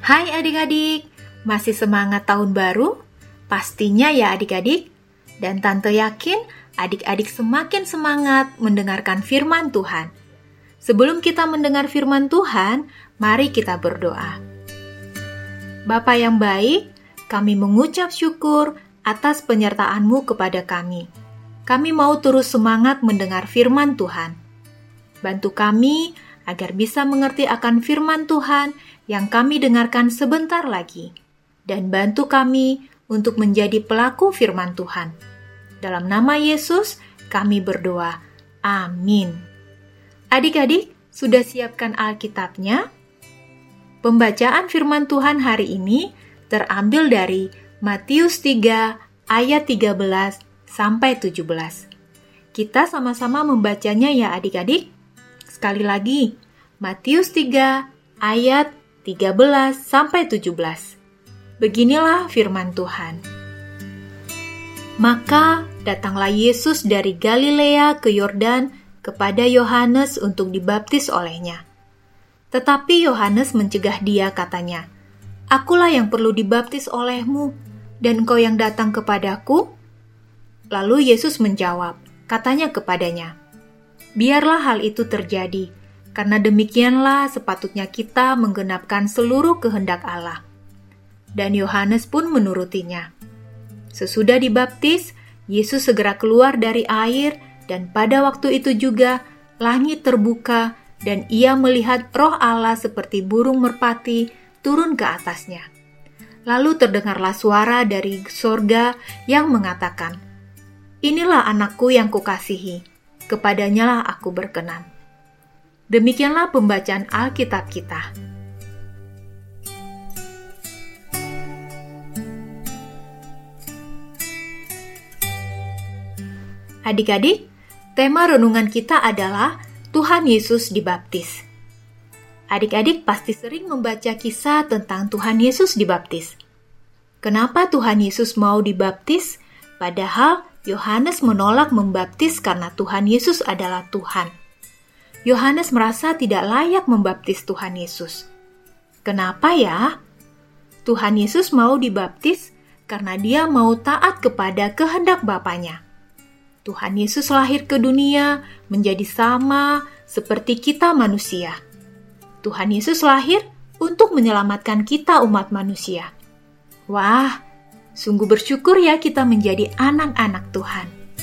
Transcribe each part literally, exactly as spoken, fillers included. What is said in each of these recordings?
Hai adik-adik, masih semangat tahun baru? Pastinya ya adik-adik. Dan Tante yakin adik-adik semakin semangat mendengarkan firman Tuhan. Sebelum kita mendengar firman Tuhan, mari kita berdoa. Bapa yang baik, kami mengucap syukur atas penyertaan-Mu kepada kami. Kami mau terus semangat mendengar firman Tuhan. Bantu kami agar bisa mengerti akan firman Tuhan yang kami dengarkan sebentar lagi. Dan bantu kami untuk menjadi pelaku firman Tuhan. Dalam nama Yesus, kami berdoa. Amin. Adik-adik, sudah siapkan Alkitabnya? Pembacaan firman Tuhan hari ini terambil dari Matius tiga ayat tiga belas sampai tujuh belas. Kita sama-sama membacanya ya adik-adik. Sekali lagi, Matius tiga ayat tiga belas sampai tujuh belas. Beginilah firman Tuhan. Maka datanglah Yesus dari Galilea ke Yordan kepada Yohanes untuk dibaptis olehnya. Tetapi Yohanes mencegah dia, katanya, "Akulah yang perlu dibaptis olehmu, dan engkau yang datang kepadaku?" Lalu Yesus menjawab, katanya kepadanya, "Biarlah hal itu terjadi, karena demikianlah sepatutnya kita menggenapkan seluruh kehendak Allah." Dan Yohanes pun menurutinya. Sesudah dibaptis, Yesus segera keluar dari air, dan pada waktu itu juga langit terbuka, dan ia melihat Roh Allah seperti burung merpati turun ke atasnya. Lalu terdengarlah suara dari sorga yang mengatakan, "Inilah anakku yang kukasihi, kepadanyalah aku berkenan." Demikianlah pembacaan Alkitab kita. Adik-adik, tema renungan kita adalah Tuhan Yesus dibaptis. Adik-adik pasti sering membaca kisah tentang Tuhan Yesus dibaptis. Kenapa Tuhan Yesus mau dibaptis? Padahal Yohanes menolak membaptis karena Tuhan Yesus adalah Tuhan. Yohanes merasa tidak layak membaptis Tuhan Yesus. Kenapa ya? Tuhan Yesus mau dibaptis karena dia mau taat kepada kehendak Bapanya. Tuhan Yesus lahir ke dunia menjadi sama seperti kita manusia. Tuhan Yesus lahir untuk menyelamatkan kita umat manusia. Wah, sungguh bersyukur ya kita menjadi anak-anak Tuhan.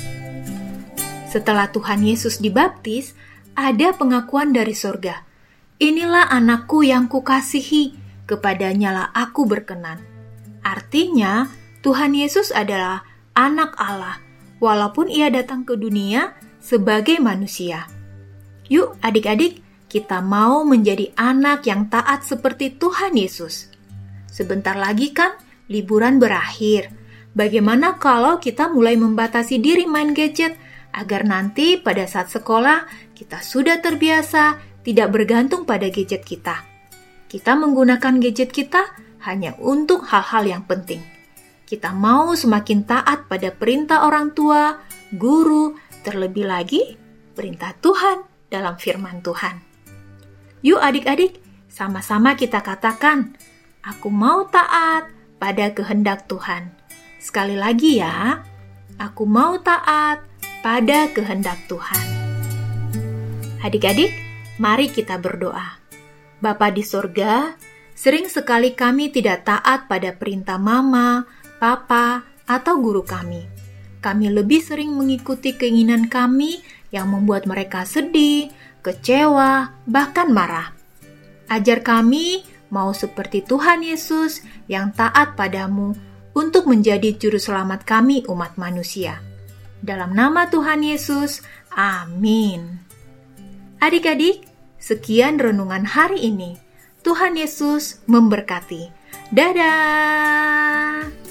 Setelah Tuhan Yesus dibaptis, ada pengakuan dari sorga. "Inilah anakku yang kukasihi, kepadanyalah aku berkenan." Artinya, Tuhan Yesus adalah anak Allah, walaupun ia datang ke dunia sebagai manusia. Yuk adik-adik, kita mau menjadi anak yang taat seperti Tuhan Yesus. Sebentar lagi kan liburan berakhir. Bagaimana kalau kita mulai membatasi diri main gadget, agar nanti pada saat sekolah kita sudah terbiasa tidak bergantung pada gadget kita. Kita menggunakan gadget kita hanya untuk hal-hal yang penting. Kita mau semakin taat pada perintah orang tua, guru, terlebih lagi perintah Tuhan dalam firman Tuhan. Yuk adik-adik, sama-sama kita katakan, "Aku mau taat pada kehendak Tuhan." Sekali lagi ya, aku mau taat pada kehendak Tuhan. Adik-adik, mari kita berdoa. Bapa di sorga, sering sekali kami tidak taat pada perintah mama, papa, atau guru kami. Kami lebih sering mengikuti keinginan kami yang membuat mereka sedih, kecewa, bahkan marah. Ajar kami mau seperti Tuhan Yesus yang taat padamu untuk menjadi juru selamat kami umat manusia. Dalam nama Tuhan Yesus, amin. Adik-adik, sekian renungan hari ini. Tuhan Yesus memberkati. Dadah!